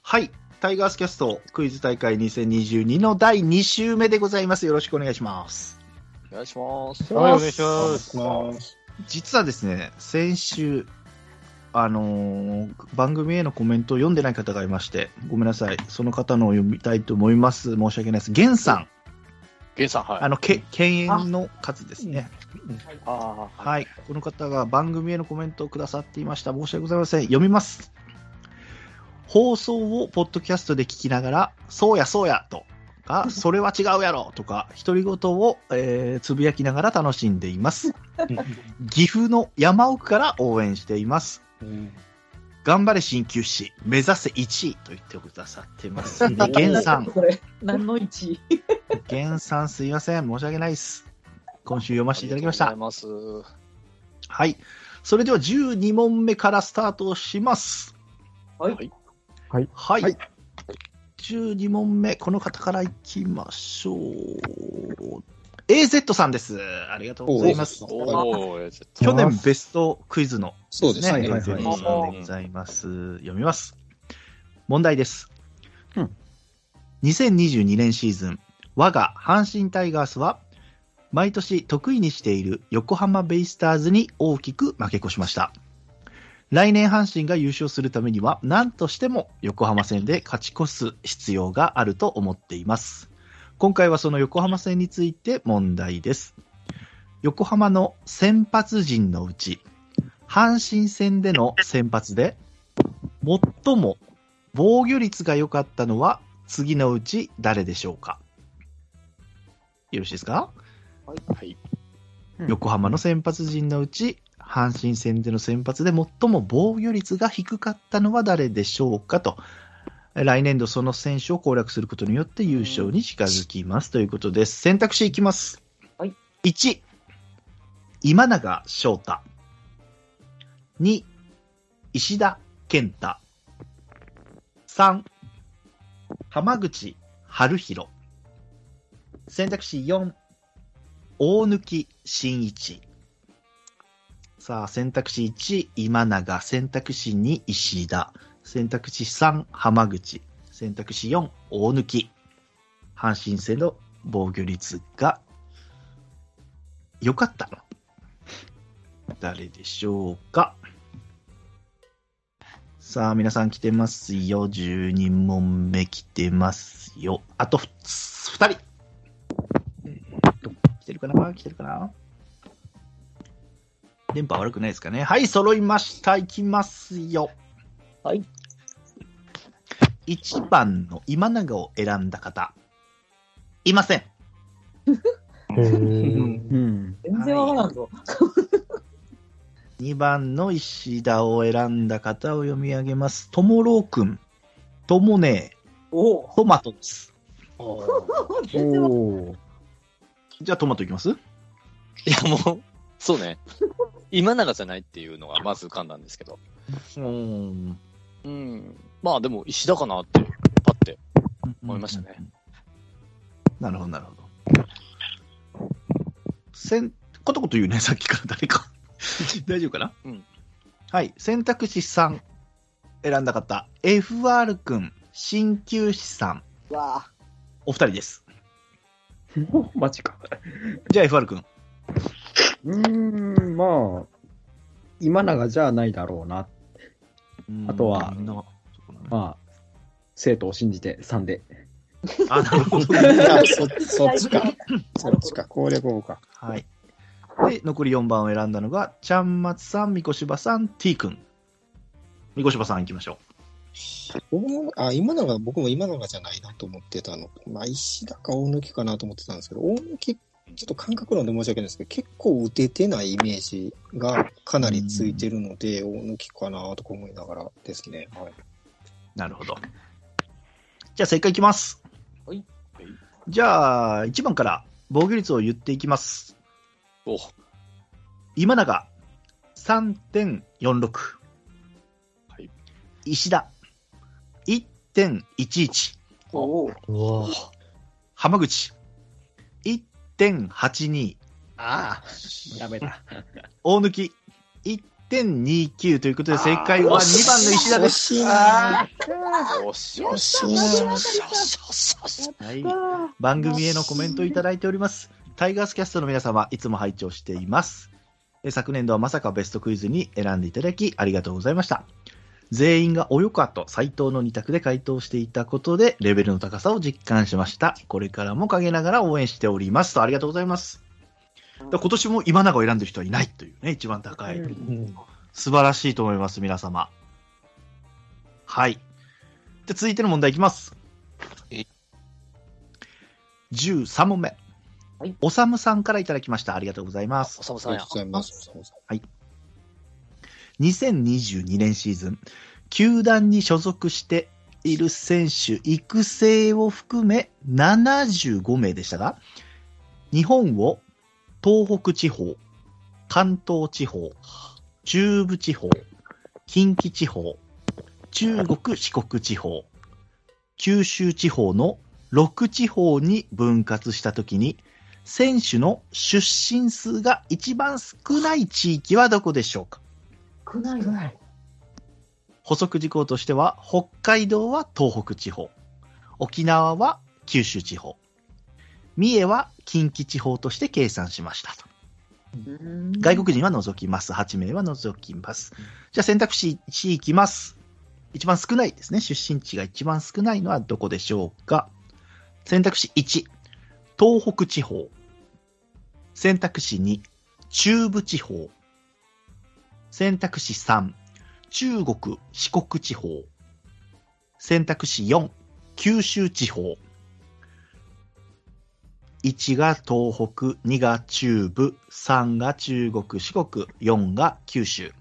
はい。タイガースキャストクイズ大会2022の第2週目でございます。よろしくお願いします。 お願いします。 はい、お願いします。 実はですね、先週、番組へのコメントを読んでない方がいまして、ごめんなさい。その方のを読みたいと思います。申し訳ないです。ゲンさん。 ゲンさん、はい。 犬猿の数ですね。はい。この方が番組へのコメントをくださっていました。申し訳ございません。読みます。放送をポッドキャストで聞きながら、そうやそうやとか、それは違うやろとか、独り言を、つぶやきながら楽しんでいます。岐阜の山奥から応援しています。頑張れ鍼灸師、目指せ1位と言ってくださってます。ゲンさん。 これ、何の1位？ ゲンさんすいません。申し訳ないです。今週読ませていただきました。 ありがとうございます。 はい。それでは12問目からスタートします。 はい。 はい。 はい。はい、12問目、この方からいきましょう。AZ さんです。ありがとうございます。去年ベストクイズの、 そうですね。 AZ さんでございます。読みます。問題です。2022年シーズン、我が阪神タイガースは、毎年得意にしている横浜ベイスターズに大きく負け越しました。来年阪神が優勝するためには何としても横浜戦で勝ち越す必要があると思っています。今回はその横浜戦について問題です。横浜の先発陣のうち、阪神戦での先発で最も防御率が良かったのは次のうち誰でしょうか？よろしいですか？ はい。 横浜の先発陣のうち、阪神戦での先発で最も防御率が低かったのは誰でしょうかと。来年度その選手を攻略することによって優勝に近づきますということです。選択肢いきます。 はい。 1、今永昇太。2、石田健太。3、浜口春弘。選択肢4、大貫慎一。さあ、選択肢1、今永。選択肢2、石田。選択肢3、浜口。選択肢4、大貫。阪神戦の防御率が良かったの誰でしょうか？さあ、皆さん来てますよ。12問目来てますよ。あと2人。来てるかな電波悪くないですかね。はい、揃いました。いきますよ。 はい。 1番の今永を選んだ方、いません。 全然わからんぞ。 2番の石田を選んだ方を読み上げます。ともろうくん、ともねえ、トマトです。 全然わからん。 じゃあトマトいきます？ いや、もう、そうね。今永じゃないっていうのがまず浮かんだんですけど。まあでも石田かなって、パッて思いましたね。 なるほど、なるほど。ことこと言うね、さっきから誰か。大丈夫かな？はい。選択肢3選んだ方、FR 君、鍼灸師さん。お二人です。 マジか。 じゃあ FR 君。 まあ、今永じゃないだろうな。あとは、まあ、生徒を信じて3で。 あ、なるほど。 そっちか。そっちか。攻略法か。 はい。で、残り4番を選んだのが、ちゃんまつさん、みこしばさん、T 君。みこしばさん行きましょう。 僕も今永じゃないなと思ってたの。まあ、石田か大貫かなと思ってたんですけど、大貫、ちょっと感覚論で申し訳ないですけど、結構打ててないイメージがかなりついてるので、大貫かなとか思いながらですね。はい。 なるほど。じゃあ正解いきます。 はい。 じゃあ、1番から防御率を言っていきます。今永、3.46。 はい。 石田、1.11。浜口、1.82。 ああ、ダメだ。 大貫、 1.29ということで、正解は2番の石田です。 惜しいなよしよしよしよしよしよし。 はい。番組へのコメントをいただいております。タイガースキャストの皆様、いつも拝聴しています。昨年度はまさかベストクイズに選んでいただき、ありがとうございました。全員が及川と斉藤の2択で回答していたことで、レベルの高さを実感しました。これからも陰ながら応援しておりますと、ありがとうございます。今年も今永を選んでる人はいないというね、一番高い。素晴らしいと思います、皆様。はい。で、続いての問題いきます。13問目。 はい。 おさむさんからいただきました。ありがとうございます。 おさむさんや。 2022年シーズン、球団に所属している選手育成を含め75名でしたが、日本を東北地方、関東地方、中部地方、近畿地方、中国四国地方、九州地方の6地方に分割したときに、選手の出身数が一番少ない地域はどこでしょうか？ 少ない。 補足事項としては、北海道は東北地方、沖縄は九州地方、三重は近畿地方として計算しましたと。外国人は除きます。8名は除きます。じゃあ選択肢1いきます。一番少ないですね。出身地が一番少ないのはどこでしょうか？選択肢1、東北地方。選択肢2、中部地方。選択肢3、中国四国地方。選択肢4、九州地方。1が東北、2が中部、3が中国四国、4が九州。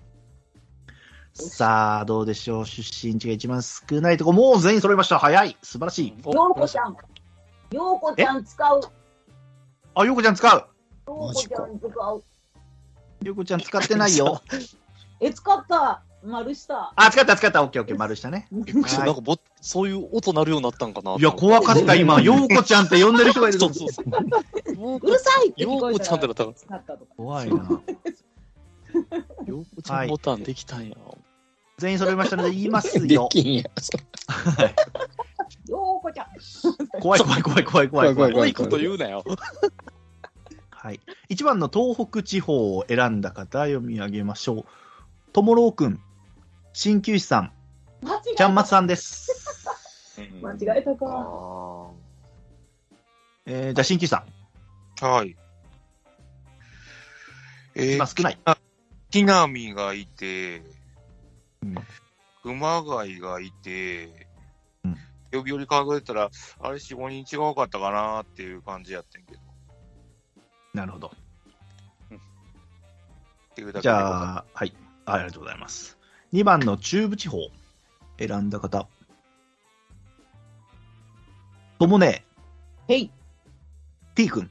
さあ、どうでしょう。出身地が一番少ないところ、もう全員揃いました。早い。素晴らしい。 ようこちゃん。ようこちゃん使う。 あ、ようこちゃん使う。 ようこちゃん使う。 ようこちゃん使ってないよ。 使った。丸下。 あ、使った。オッケー、丸下ね。 なんかそういう音鳴るようになったんかな。 いや、怖かった、今。ようこちゃんって呼んでる人がいる。 そう。 うるさいってようこちゃんってなったら。 怖いな。 ようこちゃんボタンできたんや。 全員揃いましたので言いますよ。 できんや。 ようこちゃん。 怖いこと言うなよ。 はい。1番の東北地方を選んだ方、読み上げましょう。ともろうくん、鍼灸師さん、ちゃんまつさんです。 間違えたか。 じゃあ、鍼灸師さん。はい。 少ない。 木南がいて、熊谷がいて、呼び寄り数えたら、あれ4、5人違うかったかなっていう感じやってんけど。 なるほど。 じゃあ、はい。ありがとうございます。2番の中部地方、選んだ方。ともねえ。へい。 T 君。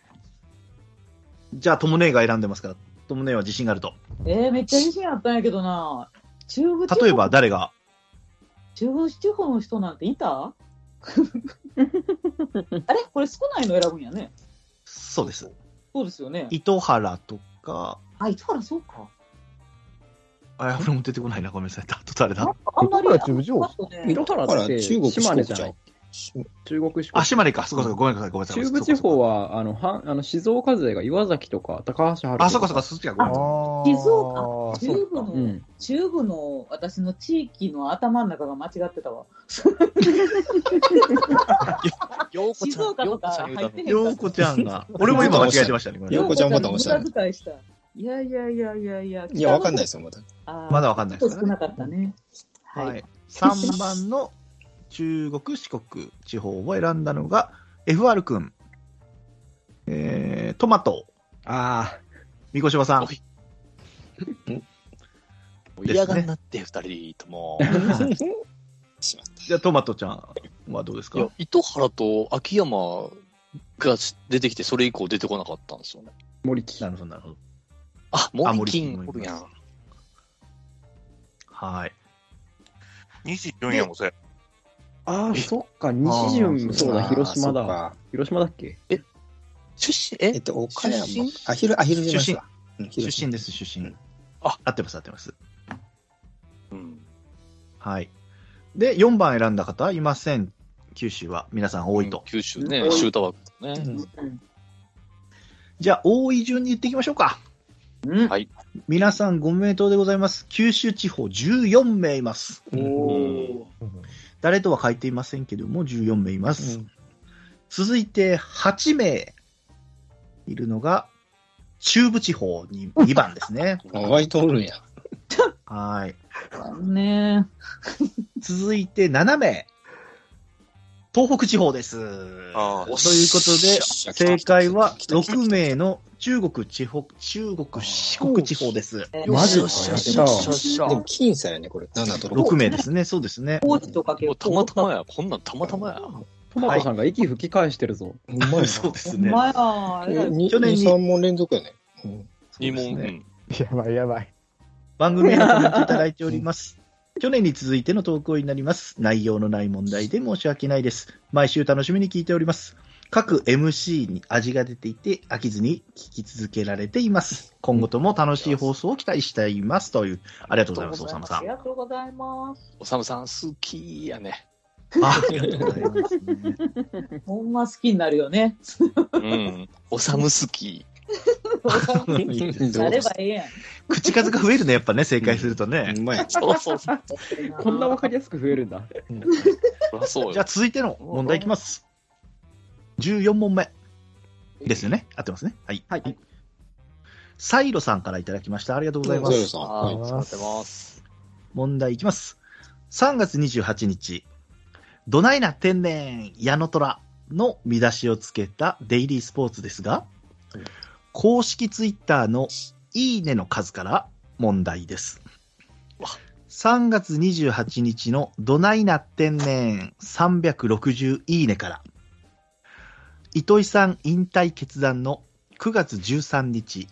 じゃあ、ともねえが選んでますから、ともねえは自信があると。 めっちゃ自信あったんやけどな。中部地方。 例えば誰が？ 中部地方の人なんていた？あれこれ少ないの選ぶんやね。 そうです。 そうですよね。 糸原とか。 あ、糸原そうか。 あ、俺も出てこないな。ごめんなさい。あと誰だ？ あんまり中部地方。糸原って中国島根じゃない。中国四国。 あ、島根か。そうか、ごめんなさい。 中部地方は、静岡勢が岩崎とか高橋春。 あ、そうか、そっちが。 静岡。中部の私の地域の頭の中が間違ってたわ。 ようこちゃん。 静岡とか入ってへんか。 ようこちゃんが。俺も今間違えてましたね。 ようこちゃんボタン押したね。いや。 いや、わかんないですよ、まだ。 まだわかんないですね。少なかったね。 はい。3番の中国四国地方を選んだのが FR 君、トマト、三越柴さん。 嫌がんなって2人とも。 じゃあトマトちゃんはどうですか？ いや、糸原と秋山が出てきて、それ以降出てこなかったんですよね。 森木。 なるほど。 あ、森木おるやん。 はい。 西純也もそうや。 そっか、西純、そうだ、広島だ。広島だっけ？ 出身、 岡山。アヒル島ですわ。 出身です、出身。 合ってます、合ってます。 うん。 はい。で、4番選んだ方いません。九州は皆さん多いと。 九州ね、シューター枠ね。 じゃあ、多い順に言っていきましょうか。 はい。 皆さんご名答でございます。九州地方14名います。誰とは書いていませんけども、14名います。続いて、8名いるのが、中部地方に2番ですね。 割とおるんや。 はい。 ね続いて7名。東北地方です。ということで、正解は6名の中国、四国地方です。 マジか。 でも僅差やね、これ。7と6。 6名ですね、そうですね。 高知とか結構。 たまたまや。こんなんたまたまや。 トマトさんが息吹き返してるぞ。 そうですね。 去年に3問連続やね。 2問。 やばいやばい。 番組へのコメントいただいております。去年に続いての投稿になります。内容のない問題で申し訳ないです。毎週楽しみに聞いております。各 MC に味が出ていて飽きずに聞き続けられています。今後とも楽しい放送を期待しています。という、ありがとうございます、おさむさん。 ありがとうございます。 おさむさん好きやね。 ありがとうございますね。 ほんま好きになるよね。 うん。おさむ好き。 なればええやん。 口数が増えるね、やっぱね、正解するとね。 そうそうそう。 こんなわかりやすく増えるんだ。 そうじゃあ続いての問題いきます。14問目ですよね。合ってますね。はい。はい。サイロさんからいただきました。ありがとうございます。 ありがとうございます。 問題いきます。3月28日、どないな天然矢野虎の見出しをつけたデイリースポーツですが、公式ツイッターのいいねの数から問題です。3月28日のどないな天然360いいねから、糸井さん引退決断の9月13日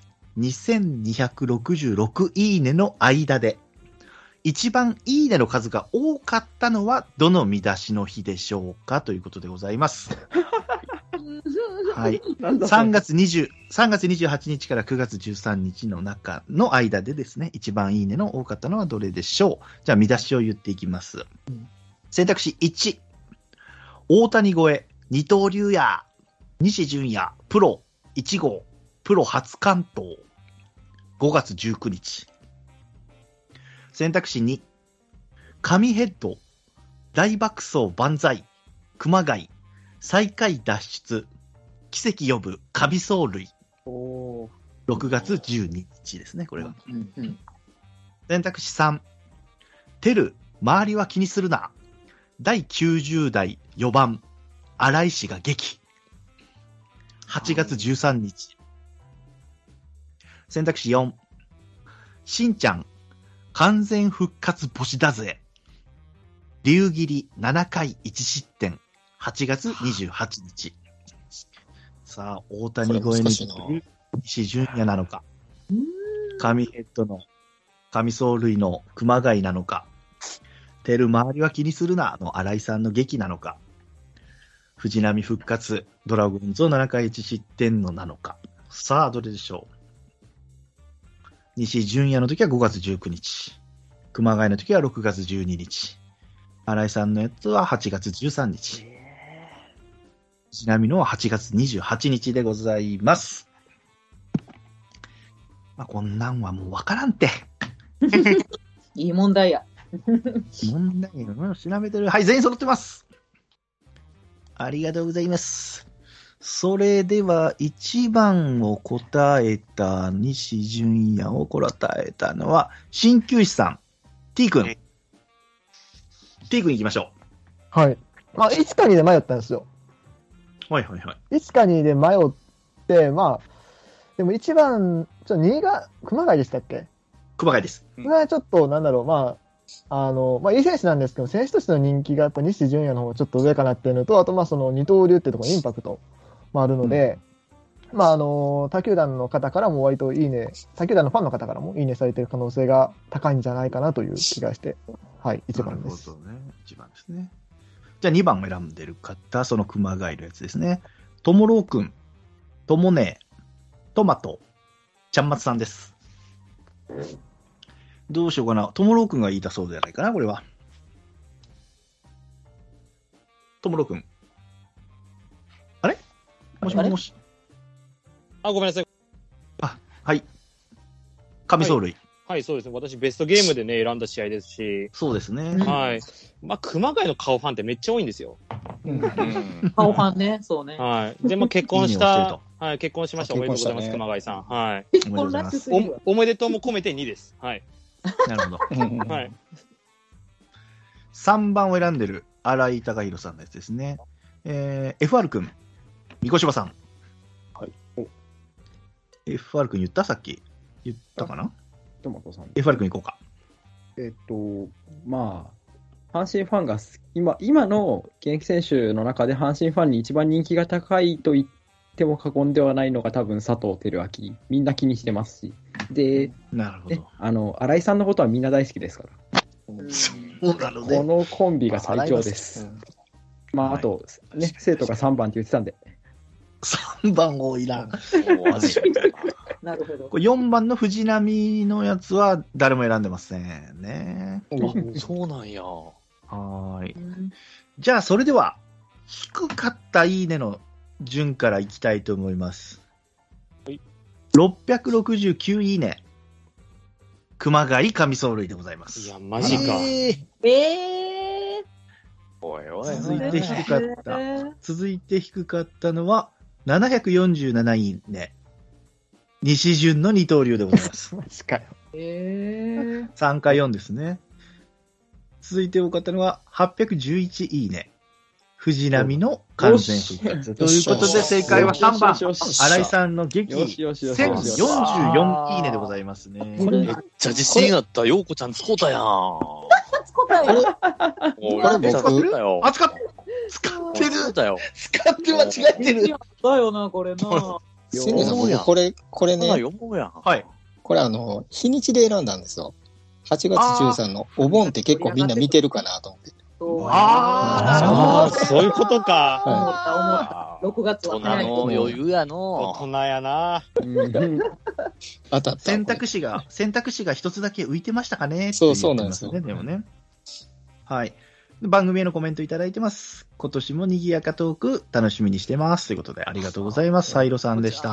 2266いいねの間で、一番いいねの数が多かったのはどの見出しの日でしょうかということでございます。はい。3月28日から9月13日の中の間でですね、一番いいねの多かったのはどれでしょう。じゃあ見出しを言っていきます。選択肢1、大谷超え、二刀流や、西純也、プロ1号、プロ初完投、5月19日。選択肢2、神ヘッド、大爆走万歳、熊谷、最下位脱出、奇跡呼ぶ、カビ走塁。6月12日ですね、これが。選択肢3、テル、周りは気にするな。第90代4番、荒井氏が激。8月13日。選択肢4、しんちゃん、完全復活星だぜ。竜切り7回1失点。8月28日。さあ、大谷超えに西純也なのか。神ヘッドの神走塁の熊谷なのか。テル周りは気にするなの新井さんの劇なのか。藤浪復活、ドラゴンズを7回1失点のなのか。さあ、どれでしょう。西純也の時は5月19日。熊谷の時は6月12日。新井さんのやつは8月13日。ちなみのは8月28日でございます。まあ、こんなんはもうわからんて。 いい問題や。 問題を調べてる。はい、全員揃ってます。ありがとうございます。それでは、1番を答えた西純也を答えたのは、鍼灸師さん、T 君。T 君行きましょう。はい。まあ、1か2で迷ったんですよ。 はいはいはい。 1か2で迷って、まあ、でも1番、2が熊谷でしたっけ？ 熊谷です。 がちょっと、なんだろう、まあ、いい選手なんですけど、選手としての人気がやっぱ西純也の方がちょっと上かなっていうのと、あと、まあ、その二刀流っていうところインパクトもあるので、まあ、他球団の方からも割といいね、他球団のファンの方からもいいねされてる可能性が高いんじゃないかなという気がして、はい、1番です。 なるほどね。1番ですね。じゃあ2番を選んでる方、その熊谷のやつですね。ともろうくん、ともね、トマト、ちゃんまつさんです。 どうしようかな。ともろうくんが言いたそうじゃないかな、これは。ともろうくん。あれもしもし。 ごめんなさい。 はい。神走塁。 はい、そうですね。私、ベストゲームでね、選んだ試合ですし。 そうですね。 はい。まあ、熊谷の顔ファンってめっちゃ多いんですよ。 顔ファンね、そうね。 はい。で、まあ、結婚した、はい、結婚しました。おめでとうございます、熊谷さん。はい。 結婚らしすぎるわ。 おめでとうも込めて2です。はい。 なるほど。 はい。 3番を選んでる新井貴弘さんのやつですね。FR 君、三越場さん。 はい。 FR 君言ったさっき。言ったかなトマトさん。 FR 君行こうか。 まあ、阪神ファンが今の現役選手の中で阪神ファンに一番人気が高いと言っても過言ではないのが多分佐藤輝明。みんな気にしてますし。で、 なるほど。 ね、新井さんのことはみんな大好きですから。 そうなのね。 このコンビが最強です。まあ、あと、ね、生徒が3番って言ってたんで。 3番多いな。 なるほど。 これ4番の藤波のやつは誰も選んでませんね。 そうなんや。 はい。じゃあ、それでは、低かったいいねの順からいきたいと思います。 はい。 669いいね。熊谷神走塁でございます。 いや、マジか。 おいおい。 続いて低かった。続いて低かったのは、747いいね。西順の二刀流でございます。 マジかよ。 3か4ですね。続いて多かったのは、811いいね。藤波の完全復活。ということで、正解は3番。新井さんの劇、1044いいねでございますね。 これめっちゃ自信あった。ようこちゃん使うたやん。 使ったよ。 これ使ってるあ、使ってる使って間違えてるだよな、これな。 千里さん、僕これね、 はい。 これ日にちで選んだんですよ。8月13のお盆って結構みんな見てるかなと思って。 ああ、そういうことか。 思った。6月は大人の余裕やの。 大人やな。 当たった。 選択肢が一つだけ浮いてましたかね。 そうなんですよ。 でもね。はい。番組へのコメントいただいてます。今年も賑やかトーク楽しみにしてます。ということでありがとうございます。サイロさんでした。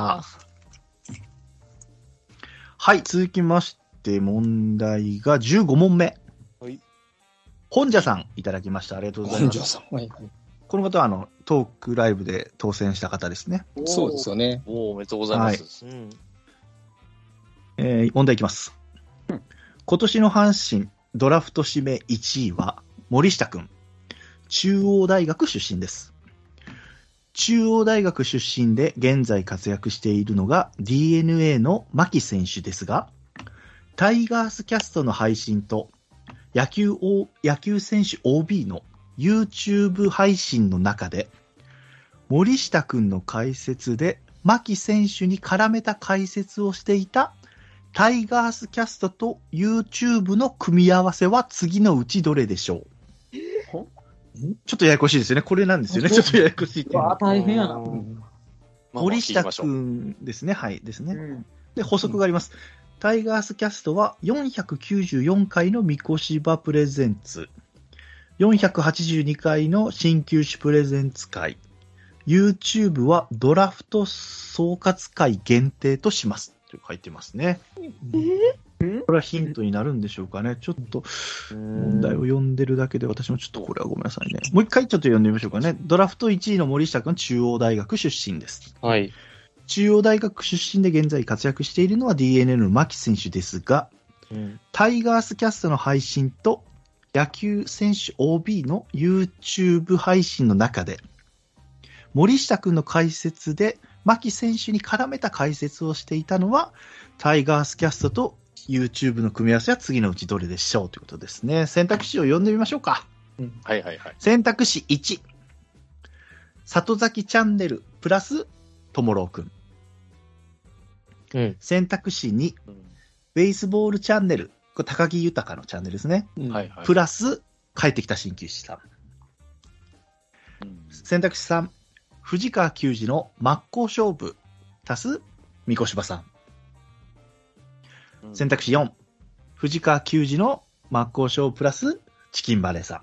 はい、続きまして問題が15問目。 はい。 本社さんいただきました。ありがとうございます。 本社さん。はい。 この方はトークライブで当選した方ですね。 そうですよね。 おめでとうございます。 問題いきます。今年の阪神ドラフト指名1位は森下くん。中央大学出身です。中央大学出身で現在活躍しているのが DNA の牧選手ですが、タイガースキャストの配信と野球選手 OB の YouTube 配信の中で、森下くんの解説で牧選手に絡めた解説をしていたタイガースキャストと YouTube の組み合わせは次のうちどれでしょう？ちょっとややこしいですよね。これなんですよね。ちょっとややこしいっていうのは。 大変やな。 森下くんですね。はい。ですね。で、補足があります。タイガースキャストは494回の三越場プレゼンツ、482回の新球種プレゼンツ会、YouTube はドラフト総括会限定とします。と書いてますね。これはヒントになるんでしょうかね。ちょっと問題を読んでるだけで私もちょっとこれはごめんなさいね。もう一回ちょっと読んでみましょうかね。ドラフト1位の森下君、中央大学出身です。 はい。 中央大学出身で現在活躍しているのは DNA の牧選手ですが、タイガースキャストの配信と野球選手 OB の YouTube 配信の中で、森下君の解説で牧選手に絡めた解説をしていたのは、タイガースキャストと YouTube の組み合わせは次のうちどれでしょうということですね。選択肢を読んでみましょうか。 はいはいはい。 選択肢1、里崎チャンネルプラスともろうくん。選択肢2、ベースボールチャンネル。これ高木豊のチャンネルですね。 はいはい。 プラス帰ってきた鍼灸師さん。選択肢3、藤川球児の真っ向勝負足す三越場さん。選択肢4、 藤川球児の真っ向勝プラスチキンバレーさん。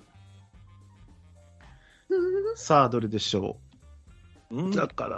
さあ、どれでしょう。だから、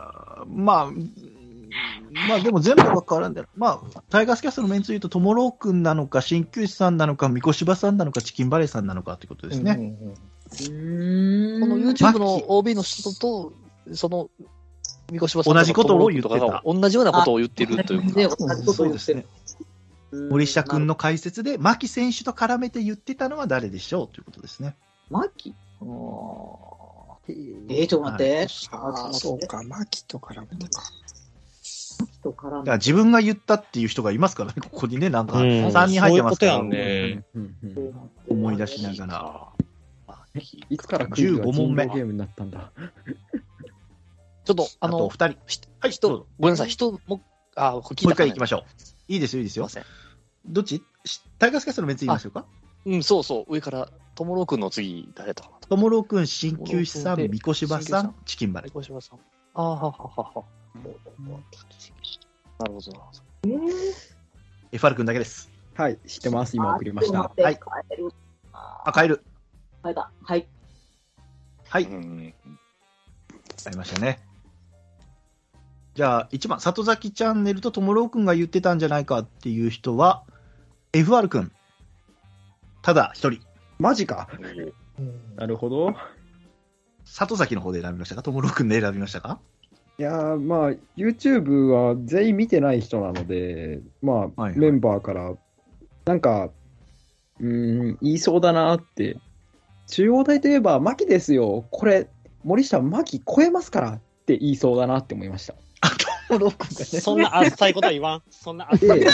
まあでも全部が変わらんだよ。まあ、タイガースキャストのメンツ言うと、ともろうくんなのか、鍼灸師さんなのか、三越柴さんなのか、チキンバレーさんなのかということですね。 この YouTube の OB の人と、その、三越柴さん同じことを言ってた。 同じようなことを言ってるというか。 そうですね。森下くんの解説で、牧選手と絡めて言ってたのは誰でしょうということですね。 牧ちょっと待って。 そうか、牧と絡めてか。 と絡めて。 自分が言ったっていう人がいますからね、ここにね、なんか、3人入ってますから。 そういうことやんね。 思い出しながら。 いつからクイズが人狼ゲームになったんだ。 ちょっと、 あと2人。はい、 ごめんなさい、もう一回行きましょう。いいですよ、いいですよ。どっちタイガースキャストのメンツ言いましょうか。 そうそう。上から、ともろうくんの次、誰だったかな。 ともろうくん、鍼灸師さん、三越柴さん、チキンバレー。 三越柴さん。はは。なるほどな。 FR くんだけです。 はい、知ってます。今送りました。 はい。変える。 変えた。はい。 はい。変えましたね。じゃあ、1番、里崎チャンネルとともろうくんが言ってたんじゃないかっていう人は、FR くん。ただ一人。 マジか。なるほど。 里崎の方で選びましたか？ともろうくんで選びましたか？ いやー、まあ、YouTube は全員見てない人なので、まあ、メンバーから、なんか、言いそうだなって。中央大といえば、牧ですよ。これ、森下、牧超えますからって言いそうだなって思いました。 そんなあっさいことは言わん。そんなあっさい。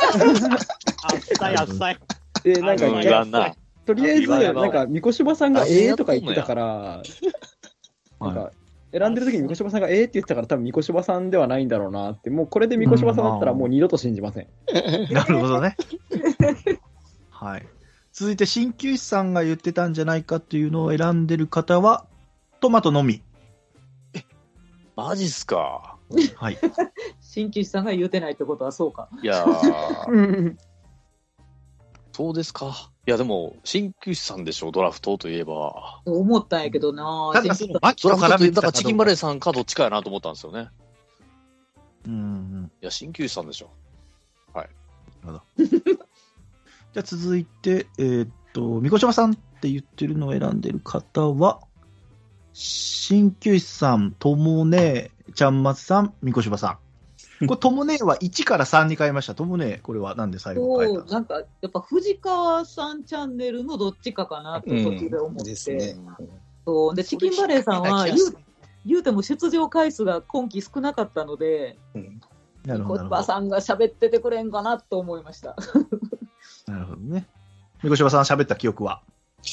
あっさい。 で、なんか、とりあえず、なんか、三越柴さんがとか言ってたから、なんか、選んでる時に三越柴さんがって言ってたから、多分三越柴さんではないんだろうなって、もうこれで三越柴さんだったらもう二度と信じません。 なるほどね。はい。続いて、鍼灸師さんが言ってたんじゃないかというのを選んでる方は、トマトのみ。 マジっすか。 はい。 鍼灸師さんが言うてないってことはそうか。 いやー。そうですか。いや、でも、鍼灸師さんでしょ、ドラフトといえば。 思ったんやけどなドラフトといえばチキンバレーさんかどっちかやなと思ったんですよね。いや、鍼灸師さんでしょ。はい。 なるほど。じゃあ続いて、三越柴さんって言ってるのを選んでる方は、鍼灸師さん、ともねえ、ちゃんまつさん、三越柴さん。これ、ともねえは1から3に変えました。ともねえ、これはなんで最後変えたんですか？ なんか、やっぱ藤川さんチャンネルのどっちかかなって途中で思って。ですね。そう。で、チキンバレーさんは言うても出場回数が今季少なかったので、 なるほど。 三越柴さんが喋っててくれんかなと思いました。 なるほどね。三越柴さん喋った記憶は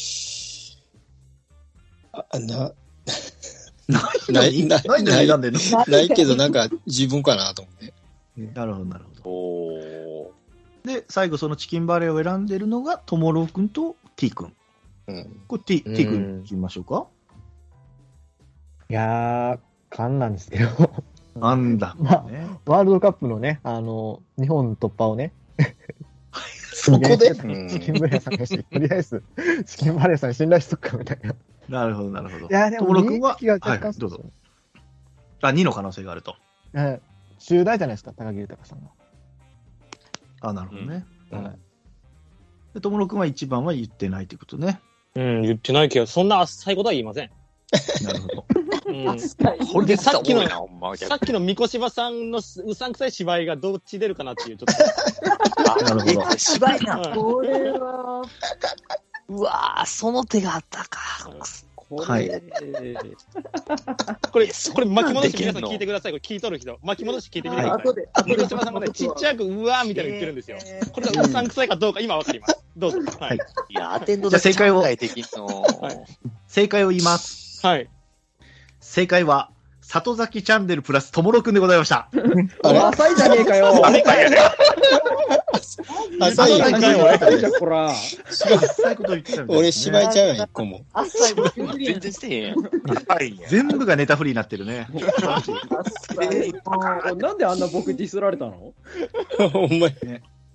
ないけど、なんか自分かなと思って。 なるほど、なるほど。で、最後そのチキンバレーを選んでるのが、ともろうくんと T くん。これ T くん聞きましょうか。 いやー、勘なんですけど。 なんだ、 ね。ワールドカップのね、日本突破をね。 そこでチキンバレーさんがとりあえず、チキンバレーさん信頼しとくかみたいな。 なるほど、なるほど。 いや、でも、 ともろくんは、 はいどうぞ。2の可能性があると。 10代じゃないですか、高木豊さんが。 なるほどね。で、ともろくんは1番は言ってないということね。 言ってないけど、そんな浅いことは言いません。 なるほど。 これでさっきの三越柴さんのうさんくさい芝居がどっち出るかなっていう、ちょっと。なるほど。 芝居な。 これは。 うわぁ、その手があったか。 はい。 これ巻き戻し皆さん聞いてください。これ聞いとる人。巻き戻し聞いてみてください。三越柴さんがね、ちっちゃくうわーみたいなの言ってるんですよ。これがうさんくさいかどうか今わかります。どうぞ。はい。 いや、アテンドじゃあ正解を、正解を言います。 はい。 正解は、里崎チャンネルプラスともろくんでございました。 浅いじゃねえかよ。 浅いかよね。 浅いじゃん、こら。 浅いこと言ってたみたい。 俺芝居ちゃうよ、1個も。 全然してへんやん。 全部がネタフリーになってるね。 なんであんな僕ディスられたの？ ほんまに。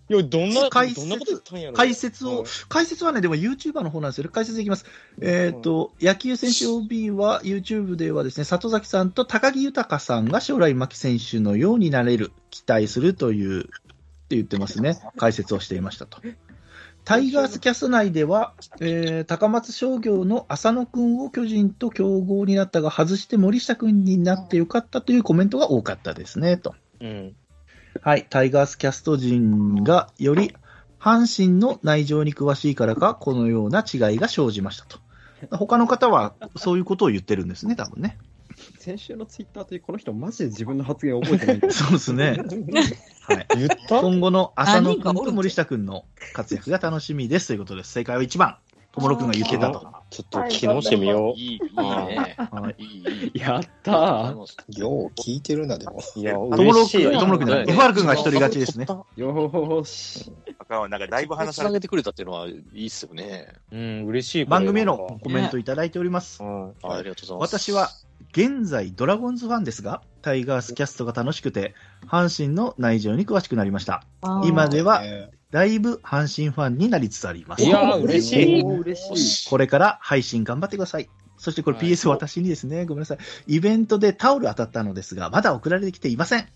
いや、どんなこと言ったんやろ。 解説はね、でも YouTuber の方なんですよね。解説できます。野球選手 OB は YouTube ではですね、里崎さんと高木豊さんが将来牧選手のようになれる、期待するという、って言ってますね。解説をしていましたと。タイガースキャスト内では、高松商業の浅野君を巨人と競合になったが、外して森下君になってよかったというコメントが多かったですね、と。はい、タイガースキャスト陣がより阪神の内情に詳しいからか、このような違いが生じましたと。他の方はそういうことを言ってるんですね、多分ね。 先週のツイッターでこの人マジで自分の発言を覚えてないんだそうですね。はい。 言った今後の浅野君と森下君の活躍が楽しみですということです。正解は1番。ともろくんが言ってたと。 ちょっと聞き直してみよう。 いいね。 やったー。 よう聞いてるな、でも。 いや、 ともろくんじゃない。FR 君が一人勝ちですね。 よーし。 なんかだいぶ話つなげてくれたっていうのはいいっすよね。 嬉しい。 番組へのコメントいただいております。 ありがとうございます。 私は現在ドラゴンズファンですが、タイガースキャストが楽しくて、阪神の内情に詳しくなりました。今では、だいぶ阪神ファンになりつつあります。 いやー、嬉しい。 これから配信頑張ってください。そしてこれ PS 私にですね、ごめんなさい。イベントでタオル当たったのですが、まだ送られてきていません。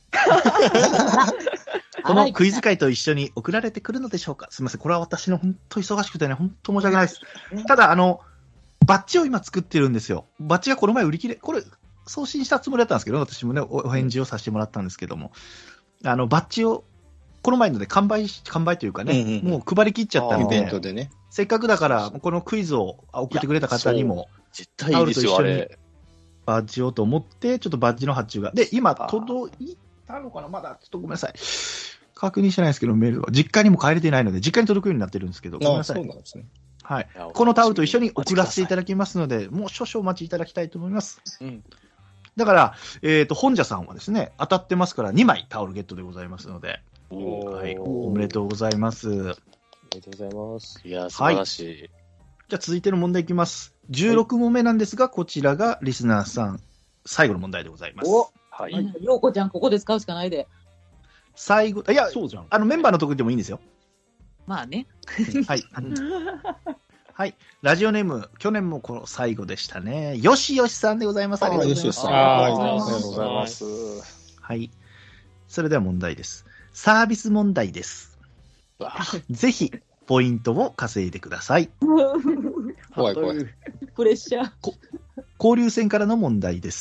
このクイズ会と一緒に送られてくるのでしょうか。すみません。これは私の本当忙しくてね、本当申し訳ないです。ただ、バッジを今作ってるんですよ。バッジがこの前売り切れ、これ送信したつもりだったんですけど、私もね、お返事をさせてもらったんですけども、バッジをこの前ので完売というかね、もう配り切っちゃったので、 イベントでね。 せっかくだから、このクイズを送ってくれた方にも、 絶対いいですよ、あれ。 バッジをと思って、ちょっとバッジの発注が。で、今、届いたのかなまだ、ちょっとごめんなさい。確認してないですけど、メールは。実家にも帰れてないので、実家に届くようになってるんですけど、ごめんなさい。 そうなんですね。 はい。このタオルと一緒に送らせていただきますので、もう少々お待ちいただきたいと思います。だから、本社さんはですね、当たってますから2枚タオルゲットでございますので、はい、おめでとうございます。 ありがとうございます。 いや、素晴らしい。 じゃあ続いての問題いきます。16問目なんですが、こちらがリスナーさん、最後の問題でございます。 はい。 ようこちゃん、ここで使うしかないで。 最後、いや、 そうじゃん。 メンバーのとこでもいいんですよ。 まあね。 はい。はい。ラジオネーム、去年もこの最後でしたね。よしよしさんでございます。ありがとうございます。 ありがとうございます。 はい。それでは問題です。サービス問題です。ぜひ、ポイントを稼いでください。 怖い怖い。 プレッシャー。 交流戦からの問題です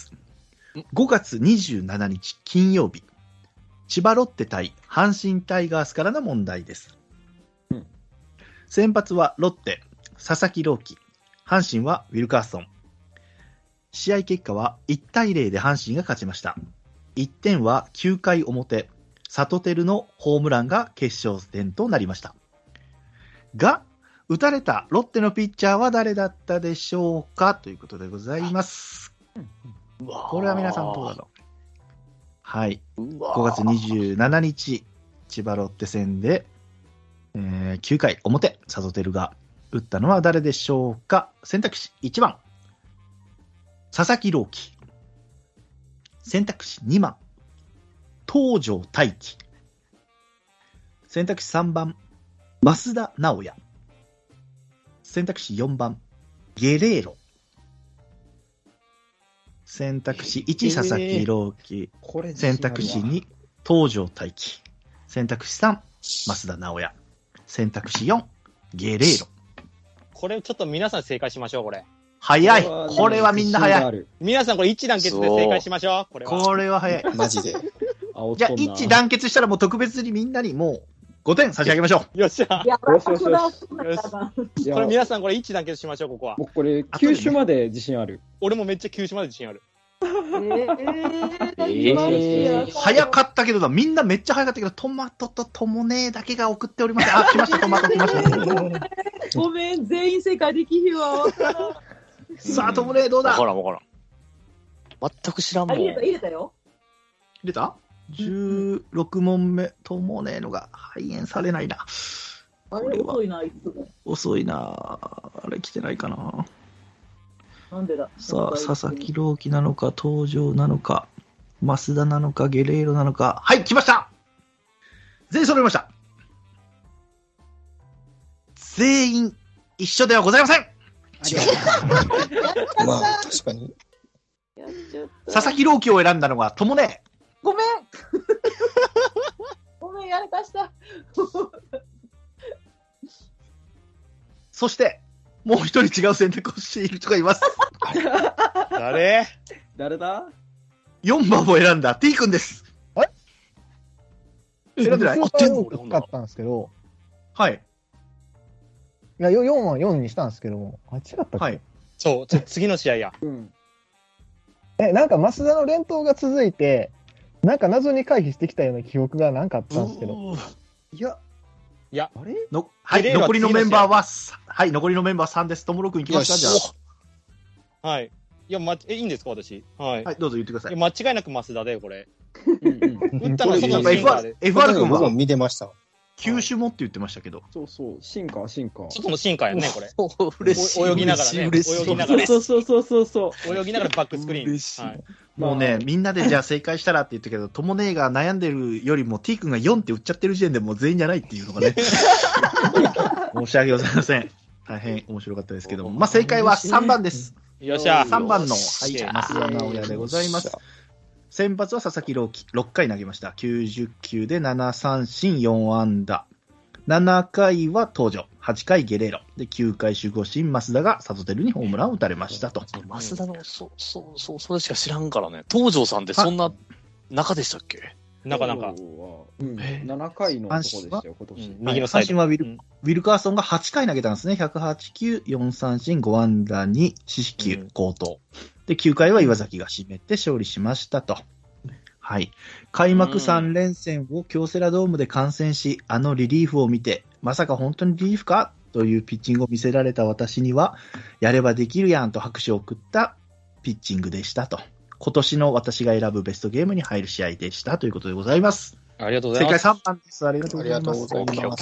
。5月27日金曜日、千葉ロッテ対阪神タイガースからの問題です。先発はロッテ、佐々木朗希、阪神はウィルカーソン。試合結果は1対0で阪神が勝ちました。1点は9回表、サトテルのホームランが決勝点となりました。が、打たれたロッテのピッチャーは誰だったでしょうかということでございます。これは皆さんどうだろう。はい。5月27日、千葉ロッテ戦で、9回表、サトテルが打ったのは誰でしょうか。選択肢1番、佐々木朗希。選択肢2番、東條大輝。選択肢3番、増田直也。選択肢4番、ゲレーロ。選択肢1、佐々木朗希。選択肢2、東條大輝。選択肢3、増田直也。選択肢4、ゲレーロ。 これちょっと皆さん正解しましょう、これ。 早い。これはみんな早い。 皆さんこれ一致団結で正解しましょう。 これは早い。 マジで。 じゃあ一致団結したらもう特別にみんなにもう5点差し上げましょう。よっしゃ。 よしよしよし。 これ皆さんこれ一致団結しましょう、ここは。 僕これ9種まで自信ある。 俺もめっちゃ9種まで自信ある。 早かったけどな、みんなめっちゃ早かったけど、トマトとトモネだけが送っております。あ、来ました、トマト来ました。 ごめん、全員正解できひんわ。 さあ、トモネどうだ。 わからんわからん。全く知らんもん。 入れたよ。 入れた ?16 問目、トモネのが排煙されないな。 あれ遅いな、いつも。 遅いな。あれ来てないかな。 なんでだ。 さあ、佐々木朗希なのか、東條なのか、増田なのか、ゲレーロなのか。はい、来ました。全員揃いました。 一緒ではございません。 まあ、確かに。 佐々木朗希を選んだのはともね。 ごめんごめん、やらかした。 そして、もう一人違う選択をしている人がいます。 誰だ ?4 番を選んだ T 君です。選んでない？ 僕は多かったんですけど。 はい。 いや、4は4にしたんですけども。違ったっけ？はい。 そう、次の試合や。 なんか増田の連投が続いて、なんか謎に回避してきたような記憶がなんかあったんですけど。 いや、 あれはい、残りのメンバーは、はい、残りのメンバー3です。ともろくんいきますか？じゃあ。はい。いや、いいんですか、私。はい。 はい、どうぞ言ってください。 間違いなく増田で、これ。打ったの外のシンカーで。FR 君は見てました。 球種もって言ってましたけど。 そうそう、シンカー。 外のシンカーやね、これ。 嬉しい。 泳ぎながらね。泳ぎながら。 そう。 泳ぎながらバックスクリーン。 嬉しい。もうね、みんなでじゃあ正解したらって言ったけど、ともねが悩んでるよりも T 君が4って打っちゃってる時点でもう全員じゃないっていうのがね。申し訳ございません。大変面白かったですけども。まあ正解は3番です。 よっしゃ。 3番の、はい、増田直也でございます。先発は佐々木朗希、6回投げました。90球で7三振4安打。7回は東條、8回ゲレーロ。で、9回守護神、増田がサトテルにホームランを打たれましたと。 増田の、それしか知らんからね。東條さんってそんな中でしたっけ？ なかなか。 7回のとこでしたよ、今年。 右のサイド。 阪神はウィルカーソンが8回投げたんですね。108球、4三振、5安打に四死球、好投。で、9回は岩崎が締めて勝利しましたと。はい。開幕3連戦を京セラドームで観戦し、あのリリーフを見て、まさか本当にリリーフかというピッチングを見せられた私には、やればできるやんと拍手を送ったピッチングでしたと。今年の私が選ぶベストゲームに入る試合でしたということでございます。 ありがとうございます。 正解3番です。ありがとうございます。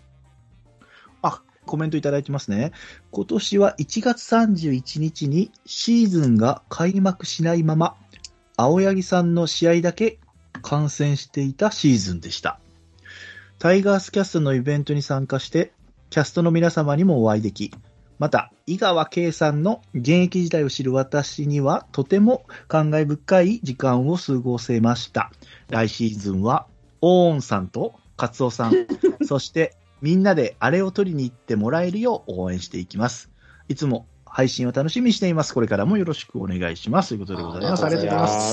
コメントいただいてますね。今年は1月31日にシーズンが開幕しないまま、青柳さんの試合だけ観戦していたシーズンでした。タイガースキャストのイベントに参加して、キャストの皆様にもお会いでき、また、井川圭さんの現役時代を知る私には、とても感慨深い時間を過ごせました。来シーズンは、オーンさんとカツオさん、そしてみんなであれを取りに行ってもらえるよう応援していきます。いつも配信を楽しみにしています。これからもよろしくお願いします。ということでございます。ありがとうございます。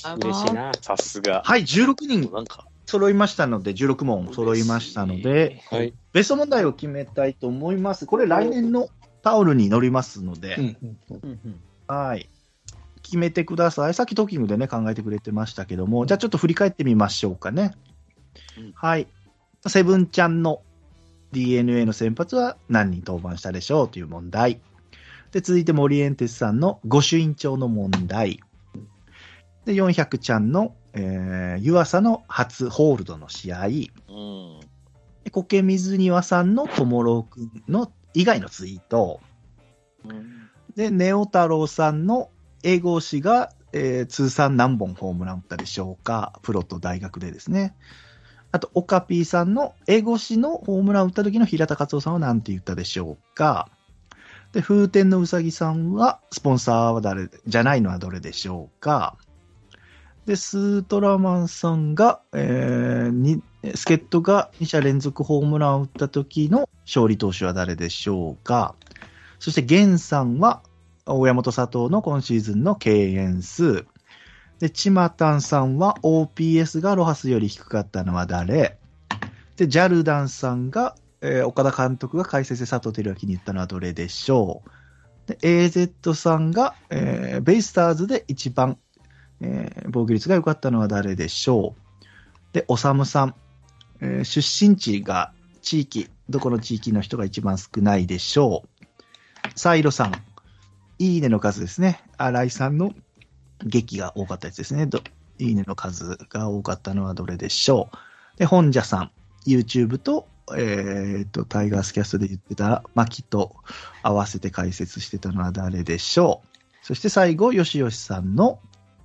嬉しいな。 さすが。 はい、16人揃いましたので、16問揃いましたので、はい、ベスト問題を決めたいと思います。これ来年のタオルに載りますので、はい。決めてください。さっきトーキングでね、考えてくれてましたけども、じゃあちょっと振り返ってみましょうかね。はい。セブンちゃんの DNA の先発は何人登板したでしょうという問題。で、続いてモリエンテスさんの御朱印帳の問題。で、400ちゃんの、湯浅の初ホールドの試合。で、苔水庭さんのともろくんの以外のツイート。で、ネオ太郎さんの英語詞が、通算何本ホームラン打ったでしょうか。プロと大学でですね。あと、オカピーさんの英語詞のホームラン打った時の平田勝夫さんは何て言ったでしょうか。で、風天のうさぎさんは、スポンサーは誰じゃないのはどれでしょうか。で、スートラマンさんが、助っ人が2者連続ホームランを打った時の勝利投手は誰でしょうか。そして、ゲンさんは、親本佐藤の今シーズンの敬遠数。で、ちまたんさんは OPS がロハスより低かったのは誰？で、ジャルダンさんが、岡田監督が解説で佐藤輝明に言ったのはどれでしょう？で、AZ さんが、ベイスターズで一番、防御率が良かったのは誰でしょう？で、おさむさん、出身地が地域、どこの地域の人が一番少ないでしょう？サイロさん、いいねの数ですね。新井さんの劇が多かったやつですね。いいねの数が多かったのはどれでしょう。で、本社さん、YouTube と、タイガースキャストで言ってたマキと合わせて解説してたのは誰でしょう。そして最後、よしよしさんの、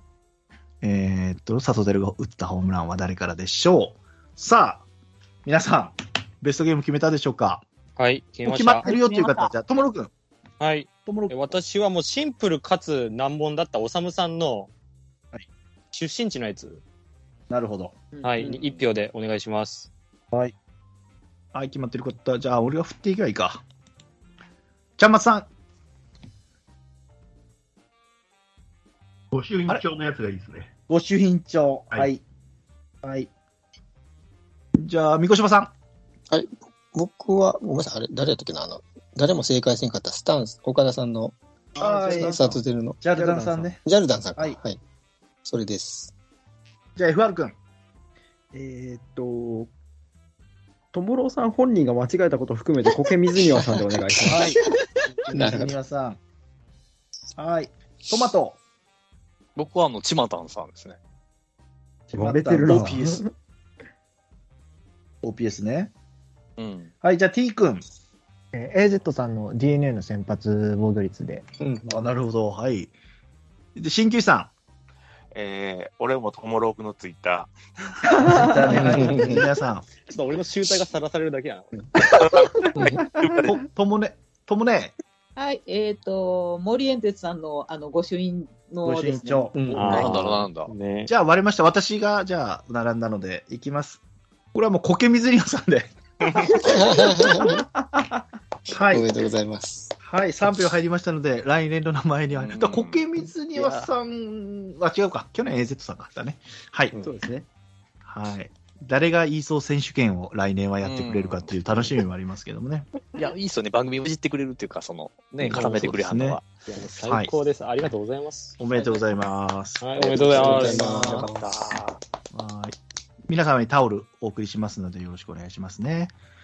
サトテルが打ったホームランは誰からでしょう。さあ、皆さん、ベストゲーム決めたでしょうか？ はい、 決まってるよっていう方、じゃあ、ともろくん。 はい。私はもうシンプルかつ難問だったおさむさんの出身地のやつ。 なるほど。 はい、1票でお願いします。 はい。はい、決まってる方、じゃあ、俺が振っていけばいいか。ちゃんまつさん。 御朱印帳のやつがいいですね。 御朱印帳。はい。はい。じゃあ、三越島さん。 はい。僕は、ごめんなさい、あれ、誰やったっけな、誰も正解せんかったスタンス、岡田さんの、スタートの。 ジャルダンさんね。 ジャルダンさんか。 はい。 はい。それです。 じゃあ、FR 君。 ともろうさん本人が間違えたことを含めて、苔水庭さんでお願いします。 はい。水庭さん。はい。トマト。 僕はちまたんさんですね。 割れてるな。 OPS。OPS ね。 うん。 はい、じゃあ T 君。 AZ さんの DNA の先発防御率で。 うん。あ、なるほど。はい。で、鍼灸師さん。 俺もともろくのツイッター。 皆さん。 ちょっと俺の集体がさらされるだけやな。ともね。 はい、森エンテツさんの、御朱印のですね。 御朱印帳。なんだ。 ね。じゃあ割れました。私が、じゃあ、並んだので、いきます。これはもう苔水庭さんで。 はい。おめでとうございます。 はい、3票入りましたので、来年の名前には、苔水庭さんは違うか。去年 AZ さんがあったね。はい。 そうですね。 はい。誰が言いそう選手権を来年はやってくれるかっていう楽しみもありますけどもね。 いや、いいっすよね。番組をいじってくれるっていうか、固めてくれはんのは。 最高です。ありがとうございます。 おめでとうございます。 はい、おめでとうございます。 よかった。 はい。皆様にタオルお送りしますのでよろしくお願いしますね。